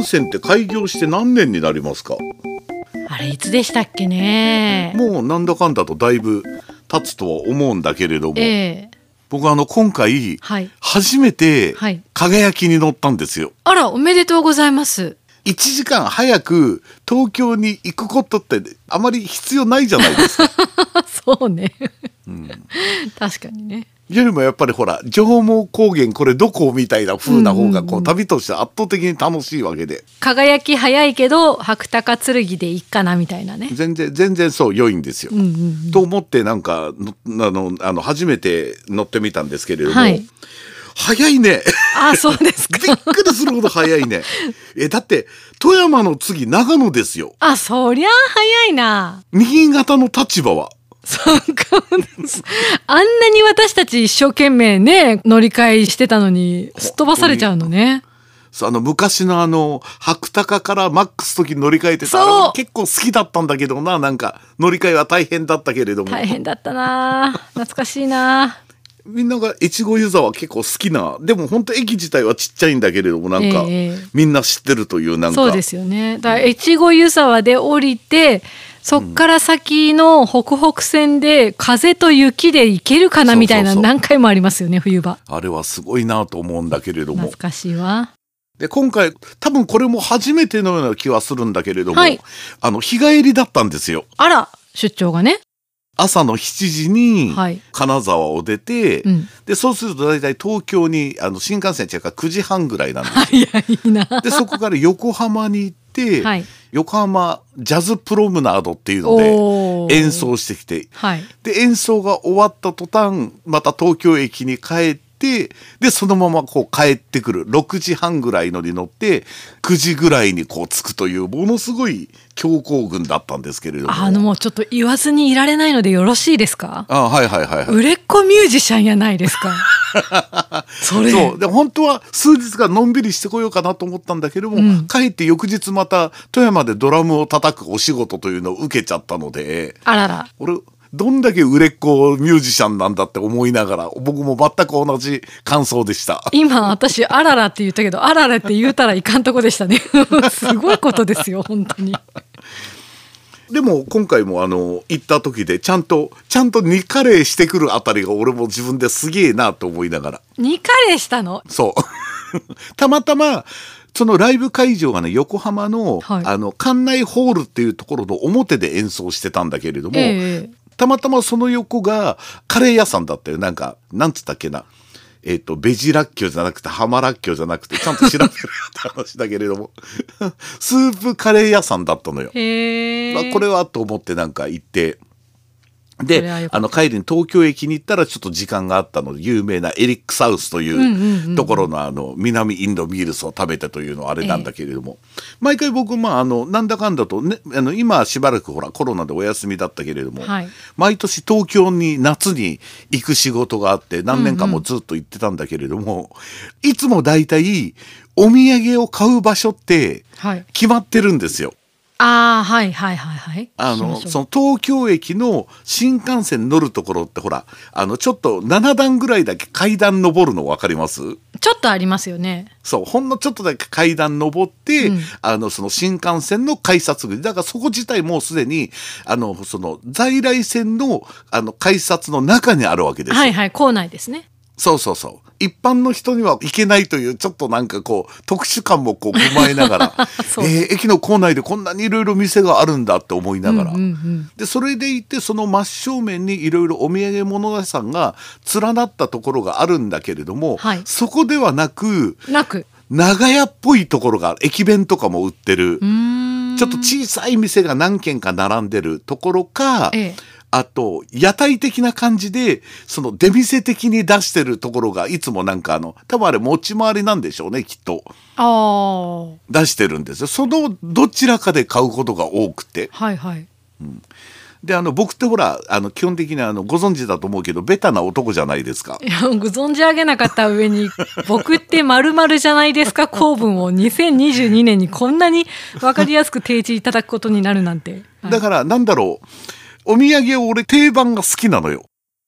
幹線って開業して何年になりますか？ あれいつでしたっけね。 もうなんだかんだとだいぶ経つとは思うんだけれども、 ええ、 僕今回、 はい、 初めてはい、 輝きに乗ったんですよ。 あら、おめでとうございます。 1時間早く東京に行くことってあまり必要ないじゃないですか。 そうね、確かにね。 よりもやっぱりほら上毛高原これどこみたいな風な方が旅として圧倒的に楽しいわけで、 輝き早いけど白鷹剣でいいかなみたいなね。 全然そう良いんですよ、と思ってなんか初めて乗ってみたんですけれども、はい、早いね。 あ、そうですか。 びっくりするほど早いね。だって富山の次長野ですよ。 あ、そりゃ早いな。 新潟の立場はそうか。あんなに私たち一生懸命ね乗り換えしてたのにすっ飛ばされちゃうのね。 昔の白鷹からマックス時乗り換えてた、結構好きだったんだけどな。なんか乗り換えは大変だったけれども。 大変だったな。懐かしいな。 みんなが越後湯沢結構好きな。でも本当駅自体はちっちゃいんだけれども、なんか、みんな知ってるというなんか。 そうですよね。だから越後湯沢で降りてそっから先の北北線で風と雪で行けるかなみたいな何回もありますよね、冬場。 あれはすごいなと思うんだけれども。 懐かしいわ。 で今回多分これも初めてのような気はするんだけれども、 はい、 日帰りだったんですよ。 あら、出張がね。 朝の7時に金沢を出て、でそうすると大体東京に新幹線違うから9時半ぐらいなんですよ。 早いな。でそこから横浜に行って、はい、横浜ジャズプロムナードっていうので演奏してきて、はい、で演奏が終わった途端また東京駅に帰ってでそのまま帰ってくる6時半ぐらいのに乗って9時ぐらいに着くというものすごい強行軍だったんですけれども、 もうちょっと言わずにいられないのでよろしいですか？ はいはいはい、 売れっ子ミュージシャンやないですか。 そうで本当は数日間のんびりしてこようかなと思ったんだけども、帰って翌日また富山でドラムを叩くお仕事というのを受けちゃったので、 あらら、 俺どんだけ売れっ子ミュージシャンなんだって思いながら、僕も全く同じ感想でした。 今私あららって言ったけど、あららって言うたらいかんとこでしたね。すごいことですよ本当に。 でも今回も行った時でちゃんと2カレーしてくるあたりが俺も自分ですげえなと思いながら。 2カレーしたの？ そうたまたまそのライブ会場がね横浜の、はい、館内ホールっていうところの表で演奏してたんだけれども、たまたまその横がカレー屋さんだったよ。なんつったっけな、ベジラッキョじゃなくてハマラッキョじゃなくてちゃんと調べるよって話だけれどもスープカレー屋さんだったのよ。これはと思ってなんか行って、で帰りに東京駅に行ったらちょっと時間があったので有名なエリックサウスというところの南インドミールスを食べてというのはあれなんだけれども、毎回僕なんだかんだと、ね、今しばらくほらコロナでお休みだったけれども、はい、毎年東京に夏に行く仕事があって何年間もずっと行ってたんだけれども、いつもだいたいお土産を買う場所って決まってるんですよ。 はいはいはいはい。 その東京駅の新幹線乗るところってほらちょっと7段ぐらいだけ階段登るの分かります？ ちょっとありますよね。 そうほんのちょっとだけ階段登って、その新幹線の改札口だからそこ自体もうすでにその在来線の改札の中にあるわけですよ。 はいはい、構内ですね。 そう一般の人には行けないというちょっとなんか特殊感も踏まえながら駅の構内でこんなにいろいろ店があるんだって思いながら、でそれでいてその真正面にいろいろお土産物屋さんが連なったところがあるんだけれども、はい、そこではなく長屋っぽいところが駅弁とかも売ってるちょっと小さい店が何軒か並んでるところか、あと屋台的な感じでその出店的に出してるところがいつもなんか多分あれ持ち回りなんでしょうねきっと。出してるんですよ。そのどちらかで買うことが多くて、 はいはい、 で僕ってほら基本的にご存知だと思うけどベタな男じゃないですか。 いやご存じ上げなかった上に僕って〇〇じゃないですか構文を2022年にこんなに分かりやすく提示いただくことになるなんて、 だからなんだろう、お土産を俺定番が好きなのよ。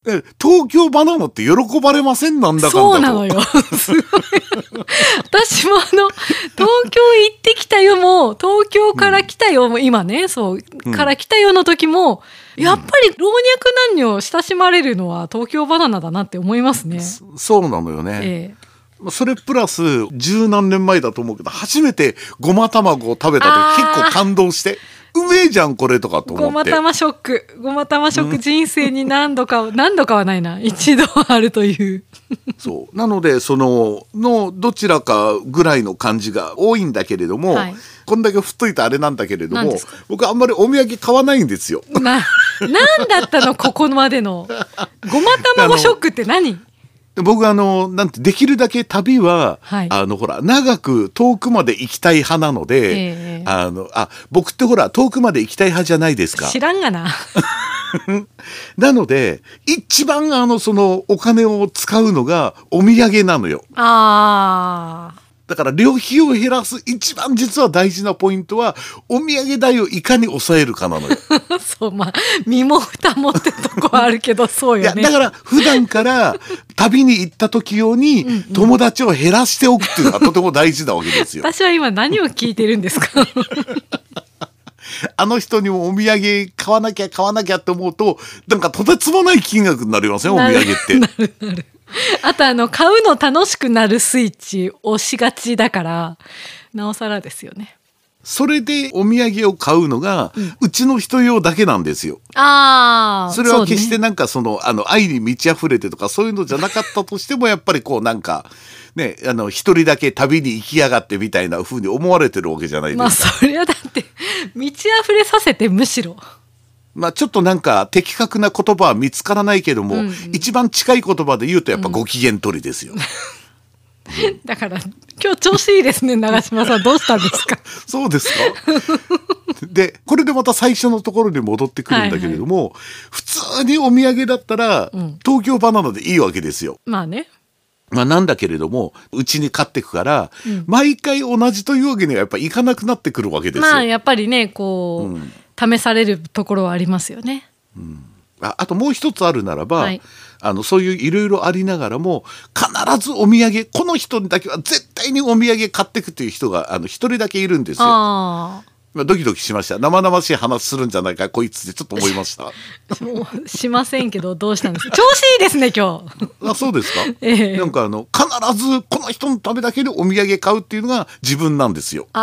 東京バナナって喜ばれません？なんだかんだと。 そうなのよ。すごい。私も東京行ってきたよも、東京から来たよも、今ね、そう、から来たよの時も、やっぱり老若男女親しまれるのは東京バナナだなって思いますね。 そうなのよね。それプラス十何年前だと思うけど、初めてごま卵を食べた時結構感動して、うめえじゃんこれとかと思って。 ごま玉ショック、ごま玉ショック、人生に何度かはないな、一度はあるという。 そうなので、そのどちらかぐらいの感じが多いんだけれども、はい、こんだけ振っといてあれなんだけれども、僕あんまりお土産買わないんですよ。 なんだったのここまでのごま卵ショックって何？ 僕なんてできるだけ旅は、はい、ほら長く遠くまで行きたい派なので、僕ってほら遠くまで行きたい派じゃないですか。 知らんがな。 なので一番そのお金を使うのがお土産なのよ。だから旅費を減らす一番実は大事なポイントは、お土産代をいかに抑えるかなのよ。 そう、まあ身も蓋もってとこはあるけど、そうよね。 いやだから普段から旅に行った時用に友達を減らしておくっていうのがとても大事なわけですよ。 私は今何を聞いてるんですか？ あの人にもお土産買わなきゃって思うと、なんかとてつもない金額になりません？お土産って。 なる。あと買うの楽しくなるスイッチ押しがちだから、なおさらですよね。 それでお土産を買うのが、うちの人用だけなんですよ。それは決してなんか愛に満ち溢れてとかそういうのじゃなかったとしても、やっぱりこうなんかね、一人だけ旅に行きやがってみたいな風に思われてるわけじゃないですか。 まあそれはだって満ち溢れさせて、むしろ。 まあちょっとなんか的確な言葉は見つからないけども、一番近い言葉で言うとやっぱご機嫌取りですよ。 だから今日調子いいですね、長嶋さん。どうしたんですか？ そうですか？でこれでまた最初のところに戻ってくるんだけれども、普通にお土産だったら、東京バナナでいいわけですよ。 まあね。 なんだけれども、うちに買ってくから、毎回同じというわけにはやっぱいかなくなってくるわけですよ。 まあやっぱりね、こう、試されるところはありますよね。 あともう一つあるならば、そういういろいろありながらも、必ずお土産、この人にだけは絶対にお土産買ってくという人が一人だけいるんですよ。ドキドキしました。生々しい話するんじゃないかこいつってちょっと思いました。 しませんけど、どうしたんですか？調子いいですね今日。 そうですか？なんか必ずこの人のためだけでお土産買うっていうのが自分なんですよ。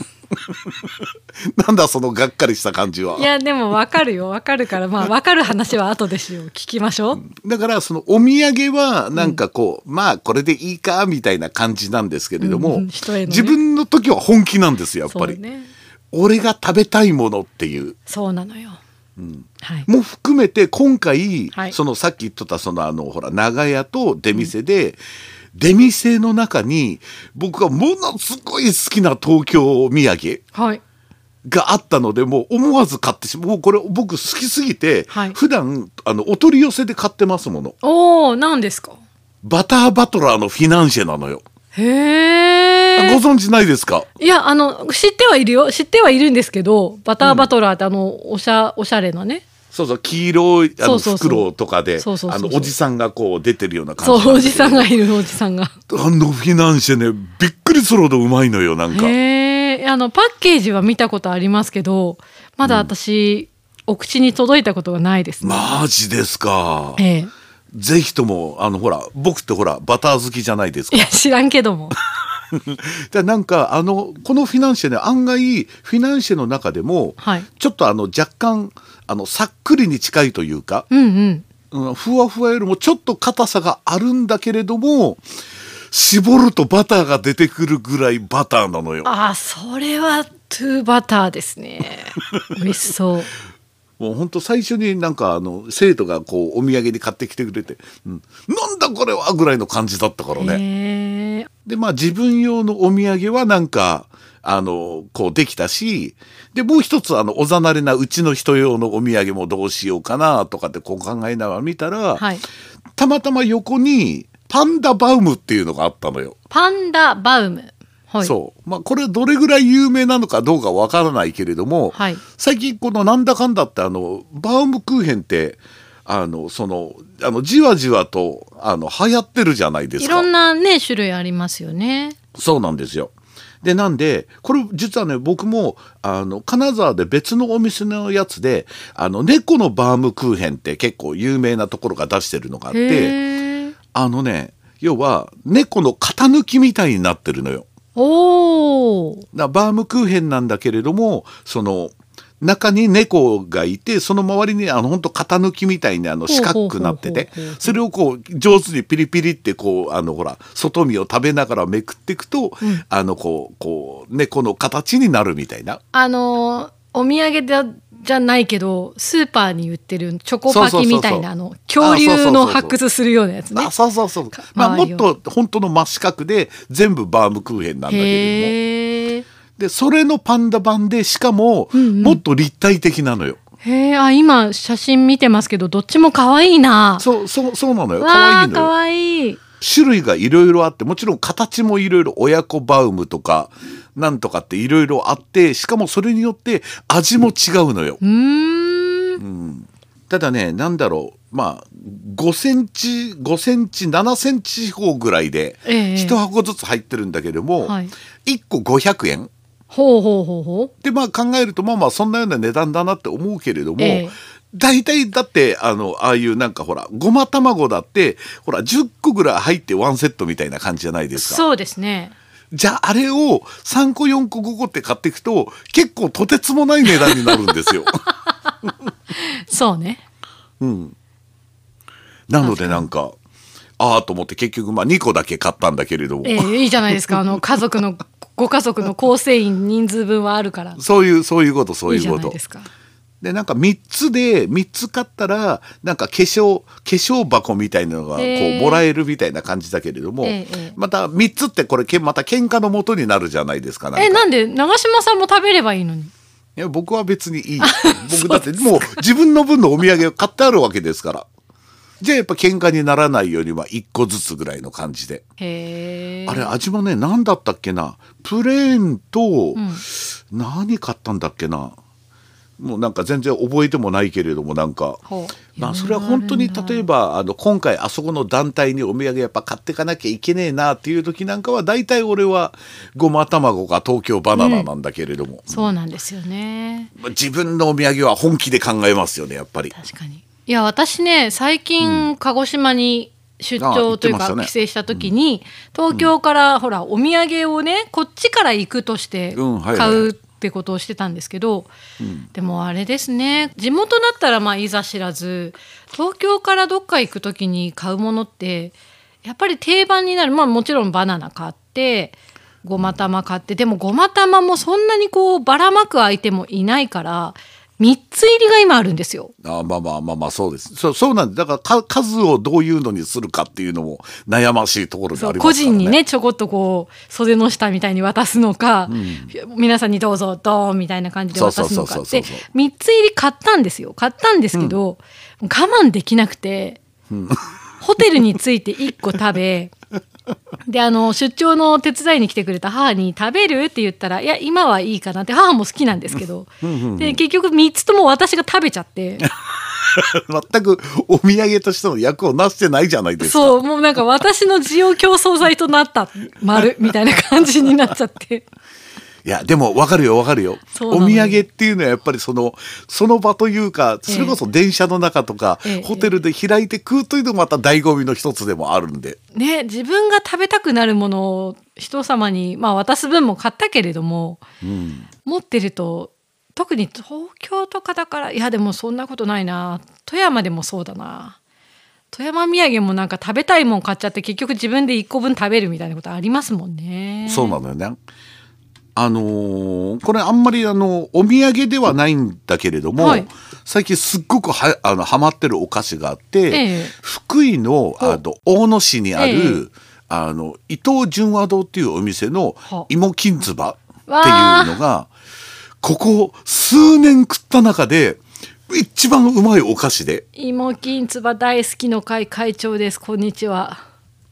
なんだそのがっかりした感じは。 いやでも分かるよ、分かるから、まあ分かる話は後でしよう、聞きましょう。 だからそのお土産はなんかこう、まあこれでいいかみたいな感じなんですけれども、自分の時は本気なんですよ、やっぱり。俺が食べたいものっていう。 そうなのよ。 も含めて今回、そのさっき言ってたほら長屋と出店で、出店の中に僕がものすごい好きな東京土産があったので、もう思わず買ってしまう。もうこれ僕好きすぎて、普段お取り寄せで買ってますもの。 何ですか？ バターバトラーのフィナンシェなのよ。ご存知ないですか？ いや知ってはいるよ、知ってはいるんですけど、バターバトラーっておしゃれなね。 そう黄色い袋とかでおじさんがこう出てるような感じ。 そう、おじさんがいる、おじさんが。 フィナンシェね、びっくりするほどうまいのよ、なんか。パッケージは見たことありますけど、まだ私、お口に届いたことがないですね。 マジですか？ぜひともほら僕ってほらバター好きじゃないですか。 いや知らんけども。 なんかこのフィナンシェね、案外フィナンシェの中でも、ちょっと若干さっくりに近いというか、ふわふわよりもちょっと硬さがあるんだけれども、絞るとバターが出てくるぐらいバターなのよ。 それはトゥーバターですね。美味しそう。 もう本当最初になんか生徒がこうお土産に買ってきてくれて、なんだこれはぐらいの感じだったからね。で自分用のお土産はなんかこうできたし、でもう一つおざなりなうちの人用のお土産もどうしようかなとかってこう考えながら見たら、たまたま横にパンダバウムっていうのがあったのよ。 パンダバウム。 そう、これはどれぐらい有名なのかどうかわからないけれども、最近このなんだかんだってバウムクーヘンってじわじわと流行ってるじゃないですか。 いろんなね種類ありますよね。 そうなんですよ。でなんでこれ実はね僕も金沢で別のお店のやつで猫のバームクーヘンって結構有名なところが出してるのがあって、要は猫の型抜きみたいになってるのよ。バームクーヘンなんだけれどもその中に猫がいてその周りにほんと型抜きみたいに四角くなっててそれをこう上手にピリピリってこうほら外身を食べながらめくっていくと、こう猫の形になるみたいな。 お土産じゃないけどスーパーに売ってるチョコパキみたいな恐竜の発掘するようなやつね。 そうもっと本当の真四角で全部バームクーヘンなんだけれどもでそれのパンダ版でしかももっと立体的なのよ。 今写真見てますけどどっちも可愛いな。 そうなのよ。可愛いのよ。 可愛い。 種類がいろいろあってもちろん形もいろいろ親子バウムとかなんとかっていろいろあってしかもそれによって味も違うのよ。ただねなんだろう5センチ7センチ四方ぐらいで1箱ずつ入ってるんだけども、1個500円。で考えるとそんなような値段だなって思うけれども、大体だってああいうなんかほらごま卵だってほら10個ぐらい入ってワンセットみたいな感じじゃないですか。 そうですね。 じゃああれを3個4個5個って買っていくと結構とてつもない値段になるんですよ。 そうね。 なのでなんかと思って結局2個だけ買ったんだけれども、 いいじゃないですか。ご家族の構成員人数分はあるからそういうこといいじゃないですか。 でなんか3つ買ったらなんか化粧箱みたいなのがこうもらえるみたいな感じだけれども、また3つってこれまた喧嘩の元になるじゃないですか。 なんで長嶋さんも食べればいいのに。 いや僕は別にいい。僕だってもう自分の分のお土産を買ってあるわけですから。じゃあやっぱ喧嘩にならないように1個ずつぐらいの感じで。あれ味もね何だったっけなプレーンと、何買ったんだっけなもうなんか全然覚えてもないけれどもなんかそれは本当に例えば今回あそこの団体にお土産やっぱ買っていかなきゃいけねえなっていう時なんかは大体俺はごま卵か東京バナナなんだけれども、 そうなんですよね。 自分のお土産は本気で考えますよねやっぱり。 確かに。いや私ね最近鹿児島に出張というか帰省した時に東京からほらお土産をねこっちから行くとして買うってことをしてたんですけど、でもあれですね地元だったらいざ知らず東京からどっか行く時に買うものってやっぱり定番になる。もちろんバナナ買ってごま玉買ってでもごま玉もそんなにこうばらまく相手もいないから3つ入りが今あるんですよ。 そうです。そうなんでだから数をどういうのにするかっていうのも悩ましいところがありますからね。 個人にねちょこっとこう袖の下みたいに渡すのか、皆さんにどうぞドーンみたいな感じで渡すのかって3つ入り買ったんですけど、我慢できなくて、ホテルに着いて1個食べで出張の手伝いに来てくれた母に食べるって言ったらいや今はいいかなって母も好きなんですけどで結局3つとも私が食べちゃって全くお土産としての役をなしてないじゃないですか。 そうもうなんか私の需要競争剤となった丸みたいな感じになっちゃっていやでも分かるよお土産っていうのはやっぱりその場というかそれこそ電車の中とか、ホテルで開いて食うというのもまた醍醐味の一つでもあるんでね。自分が食べたくなるものを人様に渡す分も買ったけれども、持ってると特に東京とかだからいやでもそんなことないな。富山でもそうだな。富山土産もなんか食べたいもん買っちゃって結局自分で1個分食べるみたいなことありますもんね。 そうなのよね。これあんまりお土産ではないんだけれども、最近すっごくハマってるお菓子があって、福井の大野市にある、伊藤純和堂っていうお店の芋きんつばっていうのがここ数年食った中で一番うまいお菓子で。 芋きんつば大好きの会長です。こんにちは。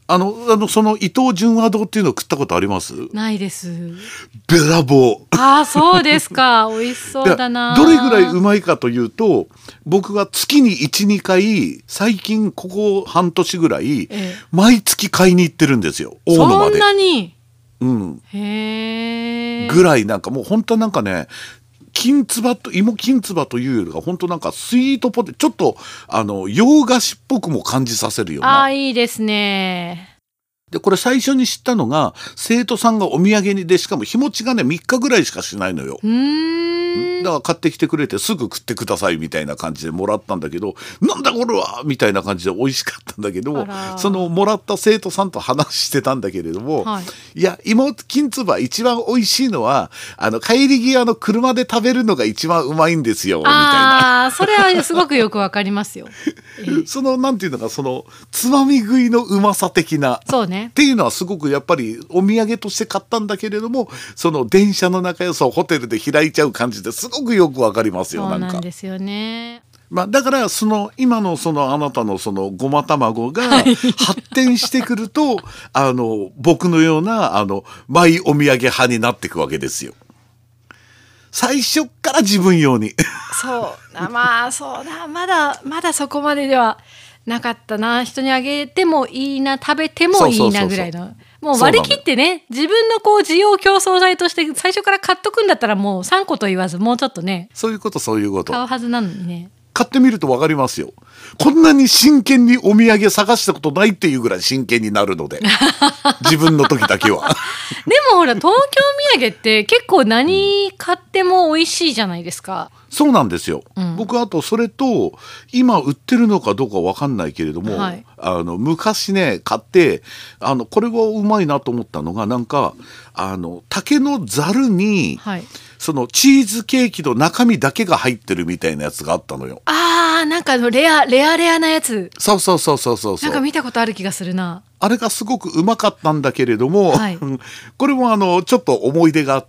その伊藤純和堂っていうのを食ったことあります？ ないです。 べらぼう。 ああ、そうですか。美味しそうだな。 どれぐらいうまいかというと、僕が月に1、2回、最近ここ半年ぐらい、毎月買いに行ってるんですよ。大野まで。 そんなに？ うん。 へえ。 ぐらいなんかもう本当なんかね、きつばと芋きんつばというよりが本当なんかスイートポテト、ちょっと洋菓子っぽくも感じさせるような。 いいですね。 でこれ最初に知ったのが生徒さんがお土産にで、しかも日持ちがね3日ぐらいしかしないのよ。だから買ってきてくれてすぐ食ってくださいみたいな感じでもらったんだけど、なんだこれはみたいな感じで美味しかったんだけど、そのもらった生徒さんと話してたんだけれども、いや芋きんつば一番美味しいのは帰り際の車で食べるのが一番うまいんですよみたいな。 それはすごくよくわかりますよ。 そのなんていうのか、そのつまみ食いのうまさ的な、 そうね、 っていうのはすごくやっぱりお土産として買ったんだけれども、その電車の中よさをホテルで開いちゃう感じですごくよくわかりますよ。 そうなんですよね。 だから今のあなたのそのごま卵が発展してくると僕のようなマイお土産派になっていくわけですよ。最初から自分用にそうだ、まだそこまでではなかったな。人にあげてもいいな、食べてもいいなぐらいの。もう割り切ってね、自分の需要競争剤として最初から買っとくんだったらもう3個と言わずもうちょっとね、 そういうこと買うはずなのにね。 買ってみると分かりますよ。こんなに真剣にお土産探したことないっていうぐらい真剣になるので自分の時だけはでもほら東京土産って結構何買っても美味しいじゃないですか。 そうなんですよ、僕あとそれと今売ってるのかどうか分かんないけれども、昔ね買ってこれはうまいなと思ったのが、なんか竹のざるに、そのチーズケーキの中身だけが入ってるみたいなやつがあったのよ。 なんかレアなやつ。 そうなんか見たことある気がするな。 あれがすごくうまかったんだけれども、これもちょっと思い出があって、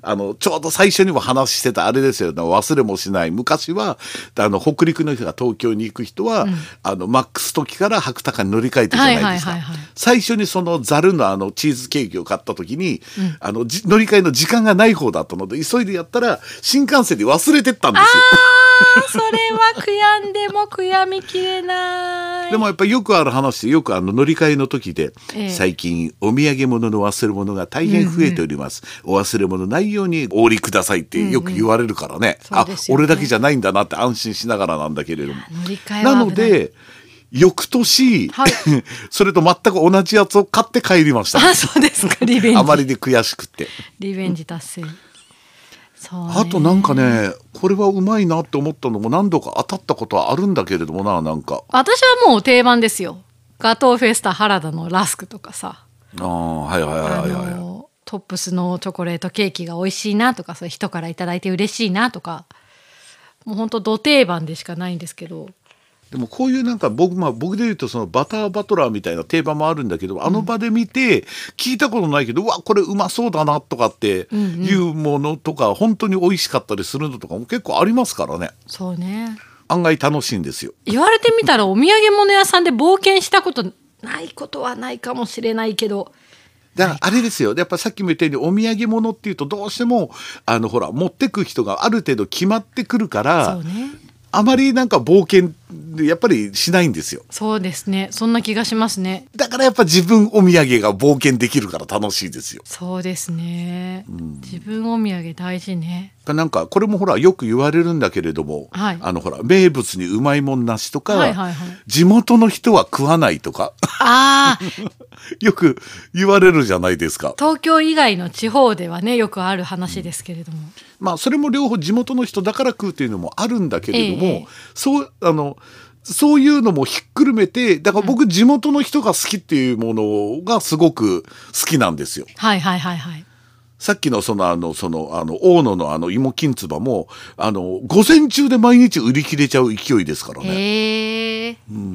ちょうど最初にも話してたあれですよね。忘れもしない。昔は北陸の人が東京に行く人は、マックス時から白鷹に乗り換えてじゃないですか。最初にそのザルのチーズケーキを買った時に、乗り換えの時間がない方だったので急いでやったら新幹線で忘れてったんですよ。 それは悔やんでも悔やみきれない。 でもやっぱりよくある話で、よく乗り換えの時で、最近お土産物の忘れ物が大変増えております、お忘れ物ないようにお降りくださいってよく言われるからね、俺だけじゃないんだなって安心しながらなんだけれども、なので翌年、それと全く同じやつを買って帰りました。 そうですか。リベンジ。 あまりに悔しくてリベンジ達成。 あとなんかね、これはうまいなって思ったのも何度か当たったことはあるんだけれどもな。なんか私はもう定番ですよ。ガトーフェスタ原田のラスクとかさ、トップスのチョコレートケーキが美味しいなとか、そういう人からいただいて嬉しいなとか、もうほんとど定番でしかないんですけど。 でもこういうなんか僕で言うとそのバターバトラーみたいな定番もあるんだけど、場で見て聞いたことないけど、うわこれうまそうだなとかっていうものとか、本当に美味しかったりするのとかも結構ありますからね。 そうね、 案外楽しいんですよ。 言われてみたらお土産物屋さんで冒険したことないことはないかもしれないけど、 だからあれですよ、やっぱさっきも言ったようにお土産物っていうとどうしてもほら持ってく人がある程度決まってくるから、 そうね、 あまりなんか冒険やっぱりしないんですよ。 そうですね、そんな気がしますね。 だからやっぱ自分お土産が冒険できるから楽しいですよ。 そうですね、自分お土産大事ね。 なんかこれもほらよく言われるんだけれども、ほら名物にうまいもんなしとか、地元の人は食わないとかよく言われるじゃないですか。 東京以外の地方ではねよくある話ですけれども、 それも両方地元の人だから食うっていうのもあるんだけれども、そういうのもひっくるめて、だから僕地元の人が好きっていうものがすごく好きなんですよ。さっきの大野の芋きんつばも午前中で毎日売り切れちゃう勢いですからね。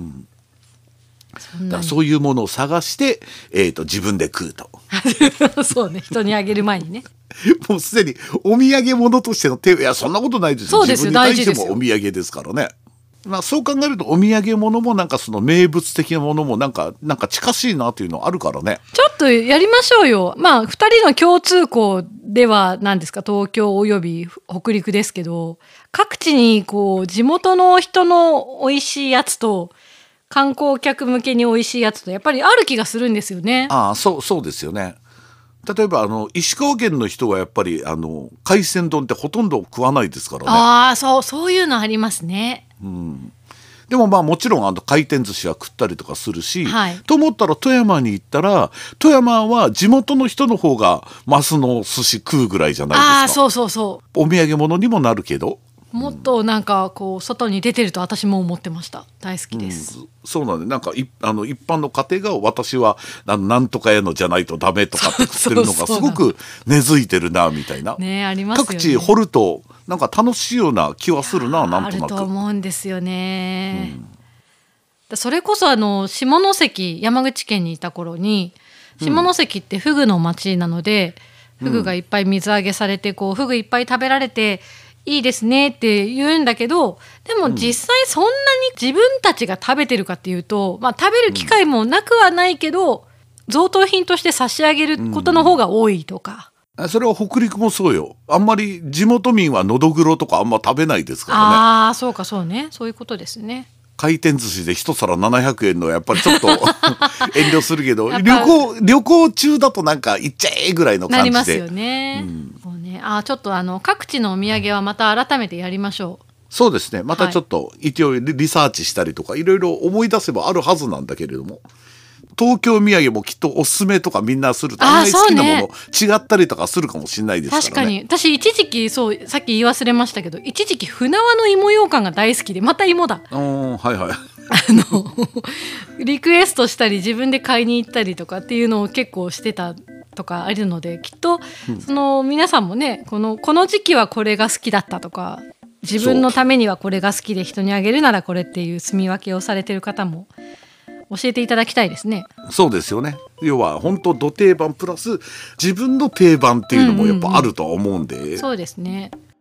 だからそういうものを探して、自分で食うとそうね、人にあげる前にねもうすでにお土産物としてのいやそんなことないですよ。 そうですよ、 自分に対してもお土産ですからね。 まあ、そう考えるとお土産物もなんかその名物的なものもなんか近しいなというのあるからね。 ちょっとやりましょうよ。まあ2人の共通項では何ですか、東京および北陸ですけど、各地にこう地元の人の美味しいやつと観光客向けに美味しいやつとやっぱりある気がするんですよね。 そうですよね。例えば石川県の人はやっぱり海鮮丼ってほとんど食わないですからね。 そういうのありますね。 でもまあもちろん回転寿司は食ったりとかするし、 はい、 と思ったら富山に行ったら富山は地元の人の方がマスの寿司食うぐらいじゃないですか。 そうお土産物にもなるけど、 もっとなんかこう外に出てると私も思ってました。大好きです。 そうなんで、なんか一般の家庭が私はなんとかやのじゃないとダメとかって言ってるのがすごく根付いてるなみたいな。 ね、ありますよね。 各地掘るとなんか楽しいような気はするな、なんとなく。 あると思うんですよね。それこそ下関、山口県にいた頃に、下関ってフグの町なので、フグがいっぱい水揚げされてこうフグいっぱい食べられていいですねって言うんだけど、でも実際そんなに自分たちが食べてるかっていうと、まあ、食べる機会もなくはないけど、贈答品として差し上げることの方が多いとか。 それは北陸もそうよ。あんまり地元民はのどぐろとかあんま食べないですからね。 そうか、そうね、そういうことですね。 回転寿司で一皿700円のやっぱりちょっと遠慮するけど旅行中だとなんか行っちゃえぐらいの感じでなりますよね。そうね、ちょっと各地のお土産はまた改めてやりましょう。 そうですね、またちょっと一応リサーチしたりとかいろいろ思い出せばあるはずなんだけれども、東京土産もきっとおすすめとかみんなすると案外好きなもの違ったりとかするかもしれないですからね。 確かに私一時期さっき言い忘れましたけど、一時期船輪の芋羊羹が大好きで、また芋だリクエストしたり自分で買いに行ったりとかっていうのを結構してたとかあるので、きっとその皆さんもね、この時期はこれが好きだったとか、自分のためにはこれが好きで人にあげるならこれっていう住み分けをされてる方も教えていただきたいですね。 そうですよね。要は本当ど定番プラス自分の定番っていうのもやっぱあるとは思うんで、 そうですね。